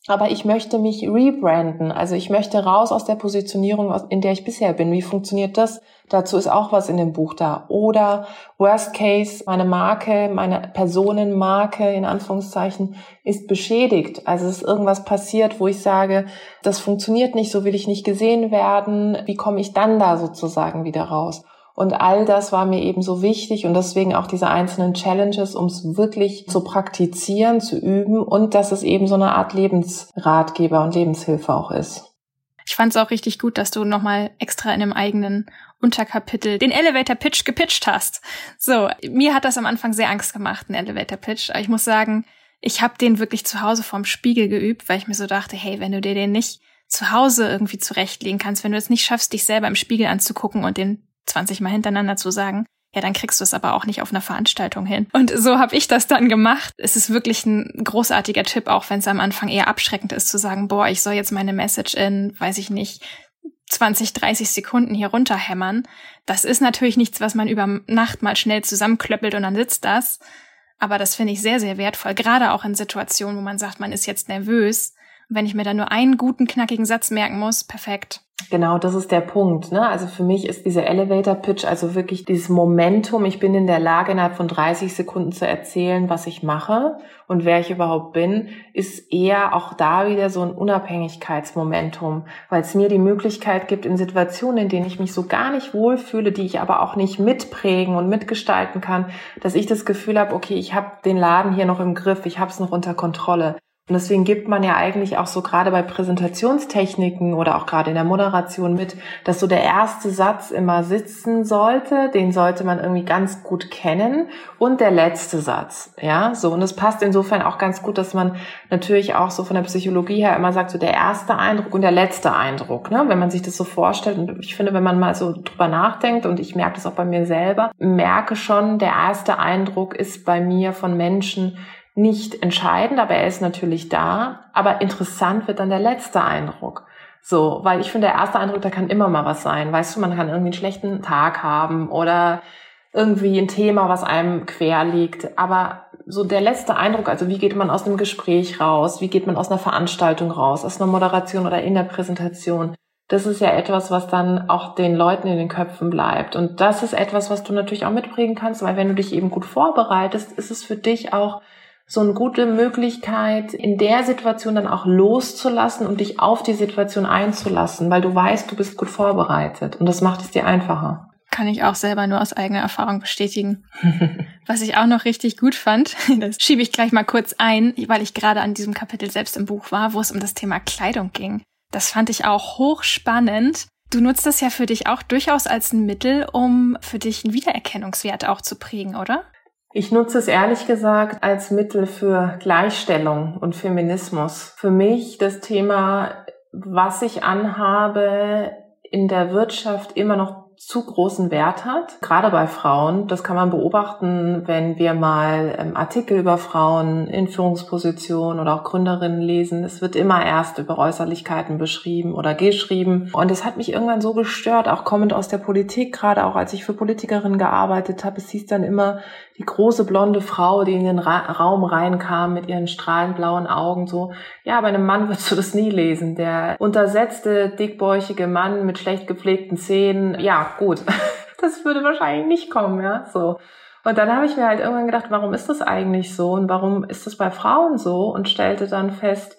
aber ich möchte mich rebranden. Also ich möchte raus aus der Positionierung, in der ich bisher bin. Wie funktioniert das? Dazu ist auch was in dem Buch da. Oder Worst Case, meine Marke, meine Personenmarke in Anführungszeichen ist beschädigt. Also es ist irgendwas passiert, wo ich sage, das funktioniert nicht, so will ich nicht gesehen werden. Wie komme ich dann da sozusagen wieder raus? Und all das war mir eben so wichtig und deswegen auch diese einzelnen Challenges, um es wirklich zu praktizieren, zu üben und dass es eben so eine Art Lebensratgeber und Lebenshilfe auch ist. Ich fand es auch richtig gut, dass du nochmal extra in einem eigenen Unterkapitel den Elevator Pitch gepitcht hast. So, mir hat das am Anfang sehr Angst gemacht, ein Elevator Pitch. Aber ich muss sagen, ich habe den wirklich zu Hause vorm Spiegel geübt, weil ich mir so dachte, hey, wenn du dir den nicht zu Hause irgendwie zurechtlegen kannst, wenn du es nicht schaffst, dich selber im Spiegel anzugucken und den zwanzig Mal hintereinander zu sagen, ja, dann kriegst du es aber auch nicht auf einer Veranstaltung hin. Und so habe ich das dann gemacht. Es ist wirklich ein großartiger Tipp, auch wenn es am Anfang eher abschreckend ist, zu sagen, boah, ich soll jetzt meine Message in, weiß ich nicht, zwanzig, dreißig Sekunden hier runterhämmern. Das ist natürlich nichts, was man über Nacht mal schnell zusammenklöppelt und dann sitzt das. Aber das finde ich sehr, sehr wertvoll, gerade auch in Situationen, wo man sagt, man ist jetzt nervös. Und wenn ich mir dann nur einen guten, knackigen Satz merken muss, perfekt. Genau, das ist der Punkt, ne? Also für mich ist dieser Elevator Pitch, also wirklich dieses Momentum. Ich bin in der Lage, innerhalb von dreißig Sekunden zu erzählen, was ich mache und wer ich überhaupt bin, ist eher auch da wieder so ein Unabhängigkeitsmomentum, weil es mir die Möglichkeit gibt, in Situationen, in denen ich mich so gar nicht wohlfühle, die ich aber auch nicht mitprägen und mitgestalten kann, dass ich das Gefühl habe, okay, ich habe den Laden hier noch im Griff, ich habe es noch unter Kontrolle. Und deswegen gibt man ja eigentlich auch so gerade bei Präsentationstechniken oder auch gerade in der Moderation mit, dass so der erste Satz immer sitzen sollte, den sollte man irgendwie ganz gut kennen und der letzte Satz, ja, so. Und es passt insofern auch ganz gut, dass man natürlich auch so von der Psychologie her immer sagt, so der erste Eindruck und der letzte Eindruck, ne, wenn man sich das so vorstellt. Und ich finde, wenn man mal so drüber nachdenkt, und ich merke das auch bei mir selber, merke schon, der erste Eindruck ist bei mir von Menschen nicht entscheidend, aber er ist natürlich da. Aber interessant wird dann der letzte Eindruck. So, weil ich finde, der erste Eindruck, da kann immer mal was sein. Weißt du, man kann irgendwie einen schlechten Tag haben oder irgendwie ein Thema, was einem quer liegt. Aber so der letzte Eindruck, also wie geht man aus einem Gespräch raus? Wie geht man aus einer Veranstaltung raus? Aus einer Moderation oder in der Präsentation? Das ist ja etwas, was dann auch den Leuten in den Köpfen bleibt. Und das ist etwas, was du natürlich auch mitprägen kannst, weil wenn du dich eben gut vorbereitest, ist es für dich auch so eine gute Möglichkeit, in der Situation dann auch loszulassen und dich auf die Situation einzulassen, weil du weißt, du bist gut vorbereitet und das macht es dir einfacher. Kann ich auch selber nur aus eigener Erfahrung bestätigen. Was ich auch noch richtig gut fand, das schiebe ich gleich mal kurz ein, weil ich gerade an diesem Kapitel selbst im Buch war, wo es um das Thema Kleidung ging. Das fand ich auch hochspannend. Du nutzt das ja für dich auch durchaus als ein Mittel, um für dich einen Wiedererkennungswert auch zu prägen, oder? Ich nutze es ehrlich gesagt als Mittel für Gleichstellung und Feminismus. Für mich das Thema, was ich anhabe, in der Wirtschaft immer noch zu großen Wert hat, gerade bei Frauen. Das kann man beobachten, wenn wir mal ähm, Artikel über Frauen in Führungspositionen oder auch Gründerinnen lesen. Es wird immer erst über Äußerlichkeiten beschrieben oder geschrieben. Und es hat mich irgendwann so gestört, auch kommend aus der Politik, gerade auch als ich für Politikerinnen gearbeitet habe. Es hieß dann immer, die große blonde Frau, die in den Ra- Raum reinkam mit ihren strahlend blauen Augen, so, ja, bei einem Mann würdest du das nie lesen. Der untersetzte, dickbäuchige Mann mit schlecht gepflegten Zähnen, ja, gut, das würde wahrscheinlich nicht kommen, ja, so. Und dann habe ich mir halt irgendwann gedacht, warum ist das eigentlich so und warum ist das bei Frauen so? Und stellte dann fest,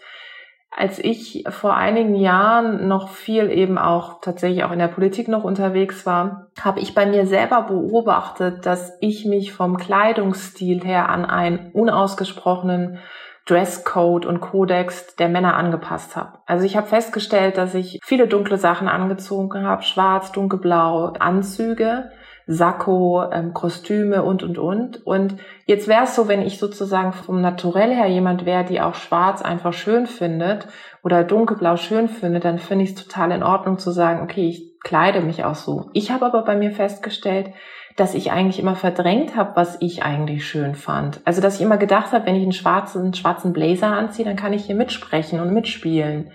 als ich vor einigen Jahren noch viel eben auch tatsächlich auch in der Politik noch unterwegs war, habe ich bei mir selber beobachtet, dass ich mich vom Kleidungsstil her an einen unausgesprochenen Dresscode und Kodex der Männer angepasst habe. Also ich habe festgestellt, dass ich viele dunkle Sachen angezogen habe, schwarz, dunkelblau, Anzüge, Sakko, ähm, Kostüme und, und, und. Und jetzt wäre es so, wenn ich sozusagen vom Naturell her jemand wäre, die auch schwarz einfach schön findet oder dunkelblau schön findet, dann finde ich es total in Ordnung zu sagen, okay, ich kleide mich auch so. Ich habe aber bei mir festgestellt, dass ich eigentlich immer verdrängt habe, was ich eigentlich schön fand. Also dass ich immer gedacht habe, wenn ich einen schwarzen, einen schwarzen Blazer anziehe, dann kann ich hier mitsprechen und mitspielen.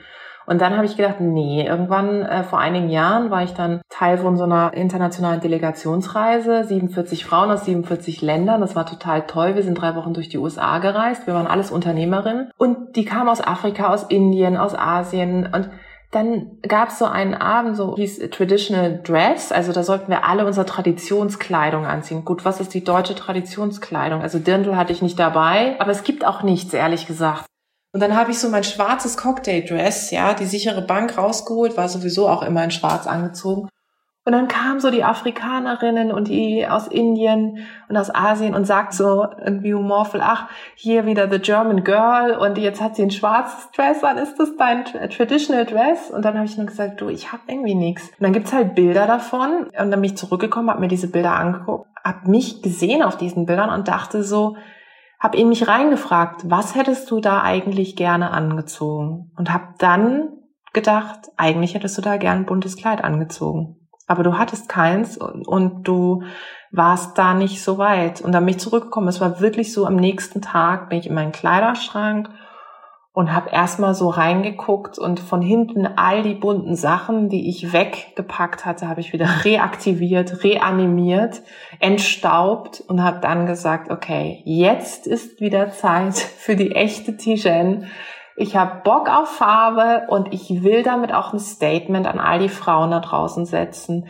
Und dann habe ich gedacht, nee, irgendwann äh, vor einigen Jahren war ich dann Teil von so einer internationalen Delegationsreise, siebenundvierzig Frauen aus siebenundvierzig Ländern. Das war total toll. Wir sind drei Wochen durch die U S A gereist. Wir waren alles Unternehmerinnen. Und die kamen aus Afrika, aus Indien, aus Asien. Und dann gab es so einen Abend, so hieß Traditional Dress. Also da sollten wir alle unsere Traditionskleidung anziehen. Gut, was ist die deutsche Traditionskleidung? Also Dirndl hatte ich nicht dabei, aber es gibt auch nichts, ehrlich gesagt. Und dann habe ich so mein schwarzes Cocktail-Dress, ja, die sichere Bank rausgeholt, war sowieso auch immer in schwarz angezogen. Und dann kamen so die Afrikanerinnen und die aus Indien und aus Asien und sagt so irgendwie humorvoll, ach, hier wieder the German Girl und jetzt hat sie ein schwarzes Dress an, ist das dein Traditional Dress? Und dann habe ich nur gesagt, du, ich habe irgendwie nichts. Und dann gibt's halt Bilder davon und dann bin ich zurückgekommen, habe mir diese Bilder angeguckt, habe mich gesehen auf diesen Bildern und dachte so, habe in mich reingefragt, was hättest du da eigentlich gerne angezogen? Und habe dann gedacht, eigentlich hättest du da gern ein buntes Kleid angezogen. Aber du hattest keins und, und du warst da nicht so weit. Und dann bin ich zurückgekommen. Es war wirklich so, am nächsten Tag bin ich in meinen Kleiderschrank und habe erstmal so reingeguckt und von hinten all die bunten Sachen, die ich weggepackt hatte, habe ich wieder reaktiviert, reanimiert, entstaubt und habe dann gesagt, okay, jetzt ist wieder Zeit für die echte Tijen. Ich habe Bock auf Farbe und ich will damit auch ein Statement an all die Frauen da draußen setzen.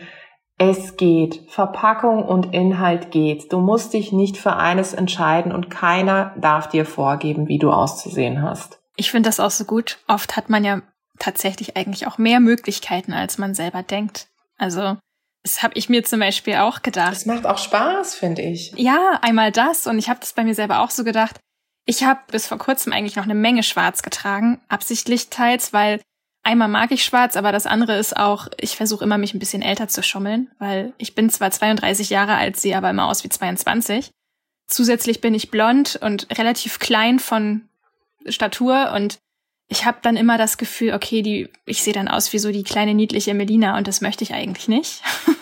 Es geht. Verpackung und Inhalt geht. Du musst dich nicht für eines entscheiden und keiner darf dir vorgeben, wie du auszusehen hast. Ich finde das auch so gut. Oft hat man ja tatsächlich eigentlich auch mehr Möglichkeiten, als man selber denkt. Also das habe ich mir zum Beispiel auch gedacht. Es macht auch Spaß, finde ich. Ja, einmal das und ich habe das bei mir selber auch so gedacht. Ich habe bis vor kurzem eigentlich noch eine Menge Schwarz getragen, absichtlich teils, weil einmal mag ich Schwarz, aber das andere ist auch, ich versuche immer, mich ein bisschen älter zu schummeln, weil ich bin zwar zweiunddreißig Jahre alt, sehe aber immer aus wie zweiundzwanzig. Zusätzlich bin ich blond und relativ klein von Statur und ich habe dann immer das Gefühl, okay, die, ich sehe dann aus wie so die kleine niedliche Melina und das möchte ich eigentlich nicht.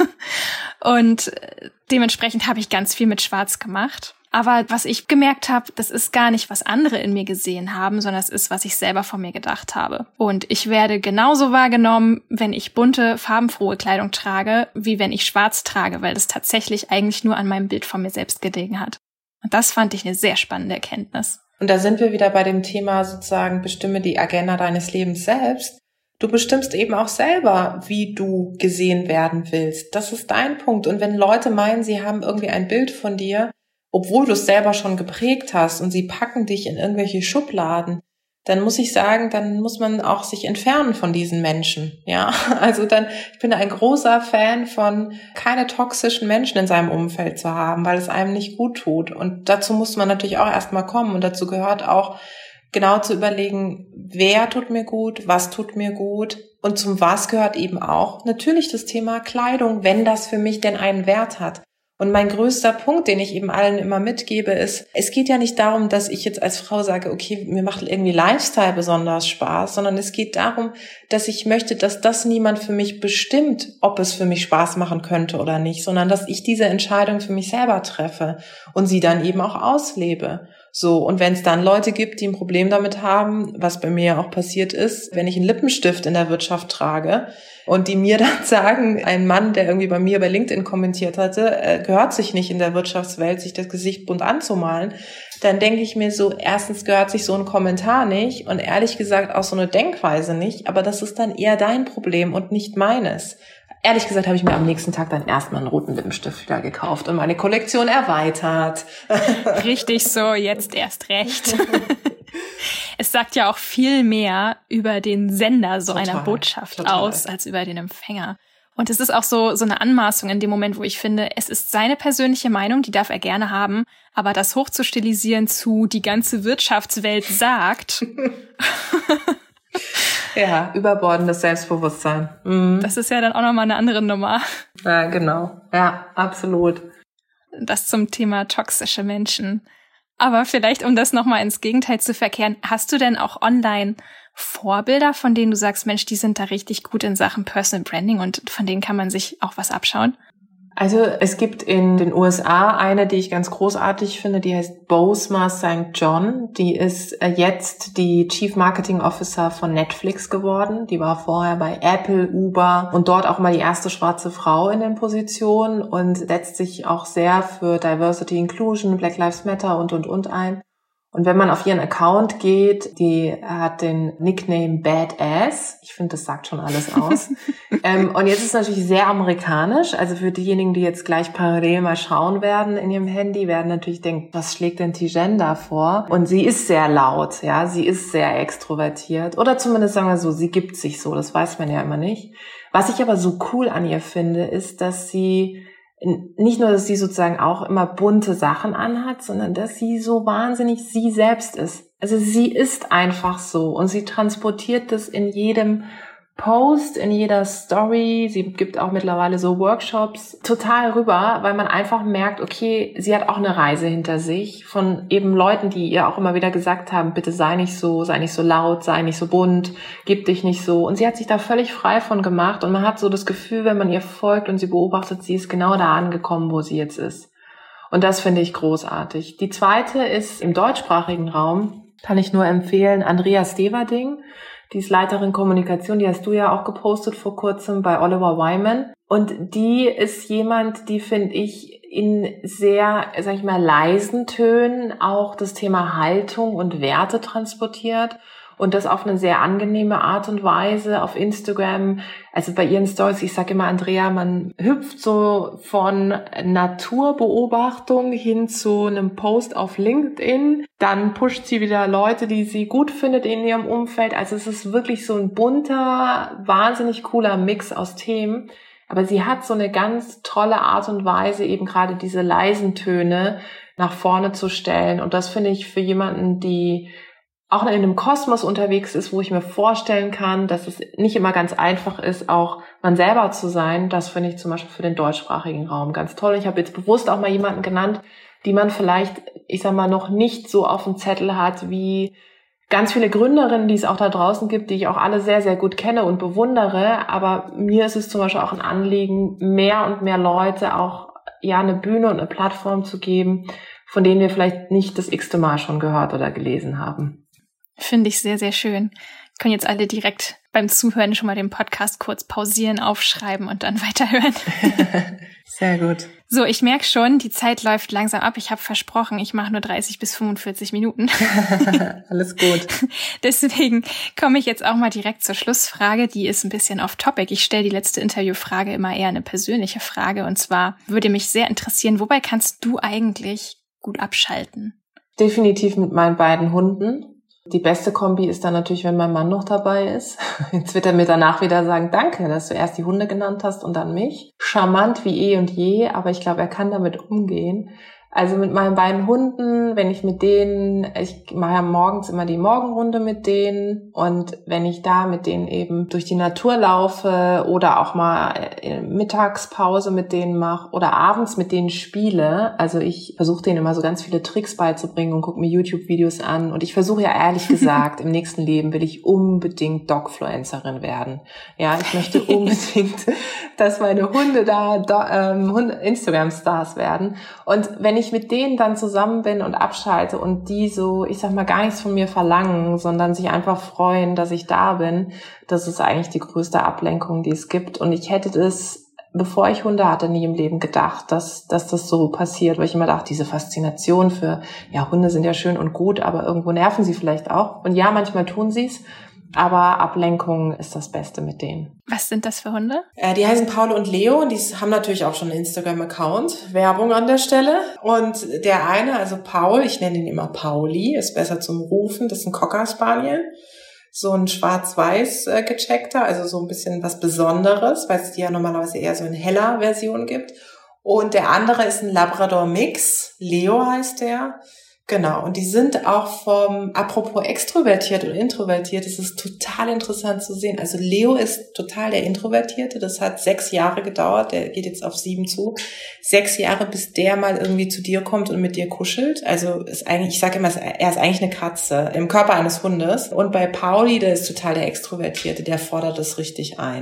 Und dementsprechend habe ich ganz viel mit Schwarz gemacht. Aber was ich gemerkt habe, das ist gar nicht, was andere in mir gesehen haben, sondern es ist, was ich selber von mir gedacht habe. Und ich werde genauso wahrgenommen, wenn ich bunte, farbenfrohe Kleidung trage, wie wenn ich schwarz trage, weil das tatsächlich eigentlich nur an meinem Bild von mir selbst gelegen hat. Und das fand ich eine sehr spannende Erkenntnis. Und da sind wir wieder bei dem Thema sozusagen, bestimme die Agenda deines Lebens selbst. Du bestimmst eben auch selber, wie du gesehen werden willst. Das ist dein Punkt. Und wenn Leute meinen, sie haben irgendwie ein Bild von dir, obwohl du es selber schon geprägt hast und sie packen dich in irgendwelche Schubladen, dann muss ich sagen, dann muss man auch sich entfernen von diesen Menschen, ja. Also dann, ich bin ein großer Fan von, keine toxischen Menschen in seinem Umfeld zu haben, weil es einem nicht gut tut. Und dazu muss man natürlich auch erstmal kommen und dazu gehört auch, genau zu überlegen, wer tut mir gut, was tut mir gut und zum was gehört eben auch natürlich das Thema Kleidung, wenn das für mich denn einen Wert hat. Und mein größter Punkt, den ich eben allen immer mitgebe, ist, es geht ja nicht darum, dass ich jetzt als Frau sage, okay, mir macht irgendwie Lifestyle besonders Spaß, sondern es geht darum, dass ich möchte, dass das niemand für mich bestimmt, ob es für mich Spaß machen könnte oder nicht, sondern dass ich diese Entscheidung für mich selber treffe und sie dann eben auch auslebe. So, und wenn es dann Leute gibt, die ein Problem damit haben, was bei mir auch passiert ist, wenn ich einen Lippenstift in der Wirtschaft trage und die mir dann sagen, ein Mann, der irgendwie bei mir bei LinkedIn kommentiert hatte, äh, gehört sich nicht in der Wirtschaftswelt, sich das Gesicht bunt anzumalen, dann denke ich mir so, erstens gehört sich so ein Kommentar nicht und ehrlich gesagt auch so eine Denkweise nicht, aber das ist dann eher dein Problem und nicht meines. Ehrlich gesagt habe ich mir am nächsten Tag dann erstmal einen roten Lippenstift wieder gekauft und meine Kollektion erweitert. Richtig so, jetzt erst recht. Es sagt ja auch viel mehr über den Sender so total, einer Botschaft total. aus, als über den Empfänger. Und es ist auch so so eine Anmaßung in dem Moment, wo ich finde, es ist seine persönliche Meinung, die darf er gerne haben, aber das hochzustilisieren zu die ganze Wirtschaftswelt sagt... Ja, überbordendes Selbstbewusstsein. Mhm. Das ist ja dann auch nochmal eine andere Nummer. Ja, genau. Ja, absolut. Das zum Thema toxische Menschen. Aber vielleicht, um das nochmal ins Gegenteil zu verkehren, hast du denn auch online Vorbilder, von denen du sagst, Mensch, die sind da richtig gut in Sachen Personal Branding und von denen kann man sich auch was abschauen? Also es gibt in den U S A eine, die ich ganz großartig finde, die heißt Bosma Sankt John. Die ist jetzt die Chief Marketing Officer von Netflix geworden. Die war vorher bei Apple, Uber und dort auch mal die erste schwarze Frau in den Positionen und setzt sich auch sehr für Diversity, Inclusion, Black Lives Matter und, und, und ein. Und wenn man auf ihren Account geht, die hat den Nickname Badass. Ich finde, das sagt schon alles aus. ähm, und jetzt ist es natürlich sehr amerikanisch. Also für diejenigen, die jetzt gleich parallel mal schauen werden in ihrem Handy, werden natürlich denken, was schlägt denn Tijen da vor? Und sie ist sehr laut, ja. Sie ist sehr extrovertiert. Oder zumindest sagen wir so, sie gibt sich so. Das weiß man ja immer nicht. Was ich aber so cool an ihr finde, ist, dass sie nicht nur, dass sie sozusagen auch immer bunte Sachen anhat, sondern dass sie so wahnsinnig sie selbst ist. Also sie ist einfach so und sie transportiert das in jedem Post, in jeder Story. Sie gibt auch mittlerweile so Workshops total rüber, weil man einfach merkt, okay, sie hat auch eine Reise hinter sich von eben Leuten, die ihr auch immer wieder gesagt haben, bitte sei nicht so, sei nicht so laut, sei nicht so bunt, gib dich nicht so. Und sie hat sich da völlig frei von gemacht und man hat so das Gefühl, wenn man ihr folgt und sie beobachtet, sie ist genau da angekommen, wo sie jetzt ist. Und das finde ich großartig. Die zweite ist im deutschsprachigen Raum, kann ich nur empfehlen, Andrea Steverding. Die ist Leiterin Kommunikation, die hast du ja auch gepostet vor kurzem bei Oliver Wyman. Und die ist jemand, die, finde ich, in sehr, sag ich mal, leisen Tönen auch das Thema Haltung und Werte transportiert. Und das auf eine sehr angenehme Art und Weise auf Instagram. Also bei ihren Stories, ich sage immer, Andrea, man hüpft so von Naturbeobachtung hin zu einem Post auf LinkedIn. Dann pusht sie wieder Leute, die sie gut findet in ihrem Umfeld. Also es ist wirklich so ein bunter, wahnsinnig cooler Mix aus Themen. Aber sie hat so eine ganz tolle Art und Weise, eben gerade diese leisen Töne nach vorne zu stellen. Und das finde ich für jemanden, die auch in einem Kosmos unterwegs ist, wo ich mir vorstellen kann, dass es nicht immer ganz einfach ist, auch man selber zu sein. Das finde ich zum Beispiel für den deutschsprachigen Raum ganz toll. Ich habe jetzt bewusst auch mal jemanden genannt, die man vielleicht, ich sag mal, noch nicht so auf dem Zettel hat wie ganz viele Gründerinnen, die es auch da draußen gibt, die ich auch alle sehr, sehr gut kenne und bewundere. Aber mir ist es zum Beispiel auch ein Anliegen, mehr und mehr Leute auch ja eine Bühne und eine Plattform zu geben, von denen wir vielleicht nicht das x-te Mal schon gehört oder gelesen haben. Finde ich sehr, sehr schön. Können jetzt alle direkt beim Zuhören schon mal den Podcast kurz pausieren, aufschreiben und dann weiterhören. Sehr gut. So, ich merke schon, die Zeit läuft langsam ab. Ich habe versprochen, ich mache nur dreißig bis fünfundvierzig Minuten. Alles gut. Deswegen komme ich jetzt auch mal direkt zur Schlussfrage. Die ist ein bisschen off-topic. Ich stelle die letzte Interviewfrage immer eher eine persönliche Frage. Und zwar würde mich sehr interessieren, wobei kannst du eigentlich gut abschalten? Definitiv mit meinen beiden Hunden. Die beste Kombi ist dann natürlich, wenn mein Mann noch dabei ist. Jetzt wird er mir danach wieder sagen, danke, dass du erst die Hunde genannt hast und dann mich. Charmant wie eh und je, aber ich glaube, er kann damit umgehen. Also mit meinen beiden Hunden, wenn ich mit denen, ich mache ja morgens immer die Morgenrunde mit denen und wenn ich da mit denen eben durch die Natur laufe oder auch mal Mittagspause mit denen mache oder abends mit denen spiele, also ich versuche denen immer so ganz viele Tricks beizubringen und gucke mir YouTube-Videos an und ich versuche ja ehrlich gesagt, im nächsten Leben will ich unbedingt Dogfluencerin werden. Ja, ich möchte unbedingt, dass meine Hunde da, da ähm, Instagram-Stars werden und wenn ich ich mit denen dann zusammen bin und abschalte und die so, ich sag mal, gar nichts von mir verlangen, sondern sich einfach freuen, dass ich da bin, das ist eigentlich die größte Ablenkung, die es gibt. Und ich hätte das, bevor ich Hunde hatte, nie im Leben gedacht, dass, dass das so passiert, weil ich immer dachte, diese Faszination für, ja, Hunde sind ja schön und gut, aber irgendwo nerven sie vielleicht auch. Und ja, manchmal tun sie es. Aber Ablenkung ist das Beste mit denen. Was sind das für Hunde? Äh, die heißen Paul und Leo und die haben natürlich auch schon einen Instagram-Account. Werbung an der Stelle. Und der eine, also Paul, ich nenne ihn immer Pauli, ist besser zum Rufen, das ist ein Cocker Spaniel. So ein schwarz-weiß äh, gecheckter, also so ein bisschen was Besonderes, weil es die ja normalerweise eher so in heller Version gibt. Und der andere ist ein Labrador-Mix, Leo heißt der. Genau, und die sind auch vom, apropos extrovertiert und introvertiert, das ist total interessant zu sehen. Also Leo ist total der Introvertierte, das hat sechs Jahre gedauert, der geht jetzt auf sieben zu. Sechs Jahre, bis der mal irgendwie zu dir kommt und mit dir kuschelt. Also ist eigentlich, ich sage immer, er ist eigentlich eine Katze im Körper eines Hundes. Und bei Pauli, der ist total der Extrovertierte, der fordert das richtig ein.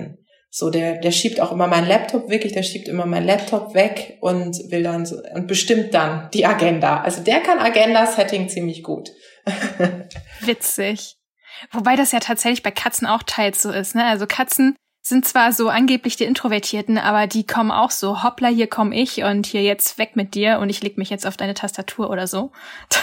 So, der, der schiebt auch immer meinen Laptop, wirklich, der schiebt immer meinen Laptop weg und will dann so, und bestimmt dann die Agenda. Also der kann Agenda-Setting ziemlich gut. Witzig. Wobei das ja tatsächlich bei Katzen auch teils so ist, ne? Also Katzen sind zwar so angeblich die Introvertierten, aber die kommen auch so, hoppla, hier komme ich und hier jetzt weg mit dir und ich leg mich jetzt auf deine Tastatur oder so.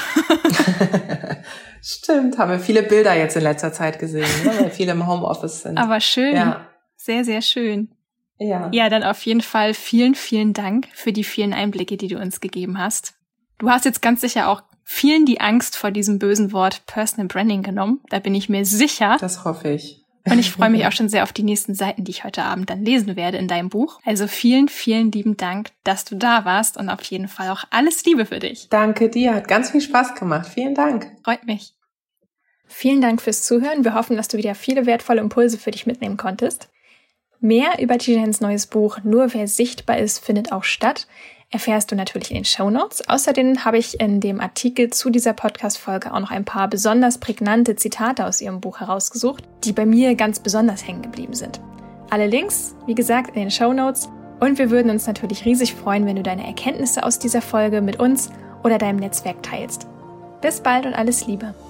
Stimmt, haben wir viele Bilder jetzt in letzter Zeit gesehen, ne? Weil viele im Homeoffice sind. Aber schön. Ja. Sehr, sehr schön. Ja. Ja, dann auf jeden Fall vielen, vielen Dank für die vielen Einblicke, die du uns gegeben hast. Du hast jetzt ganz sicher auch vielen die Angst vor diesem bösen Wort Personal Branding genommen. Da bin ich mir sicher. Das hoffe ich. Und ich freue mich auch schon sehr auf die nächsten Seiten, die ich heute Abend dann lesen werde in deinem Buch. Also vielen, vielen lieben Dank, dass du da warst und auf jeden Fall auch alles Liebe für dich. Danke dir, hat ganz viel Spaß gemacht. Vielen Dank. Freut mich. Vielen Dank fürs Zuhören. Wir hoffen, dass du wieder viele wertvolle Impulse für dich mitnehmen konntest. Mehr über Tijens neues Buch Nur wer sichtbar ist, findet auch statt, erfährst du natürlich in den Shownotes. Außerdem habe ich in dem Artikel zu dieser Podcast-Folge auch noch ein paar besonders prägnante Zitate aus ihrem Buch herausgesucht, die bei mir ganz besonders hängen geblieben sind. Alle Links, wie gesagt, in den Shownotes. Und wir würden uns natürlich riesig freuen, wenn du deine Erkenntnisse aus dieser Folge mit uns oder deinem Netzwerk teilst. Bis bald und alles Liebe.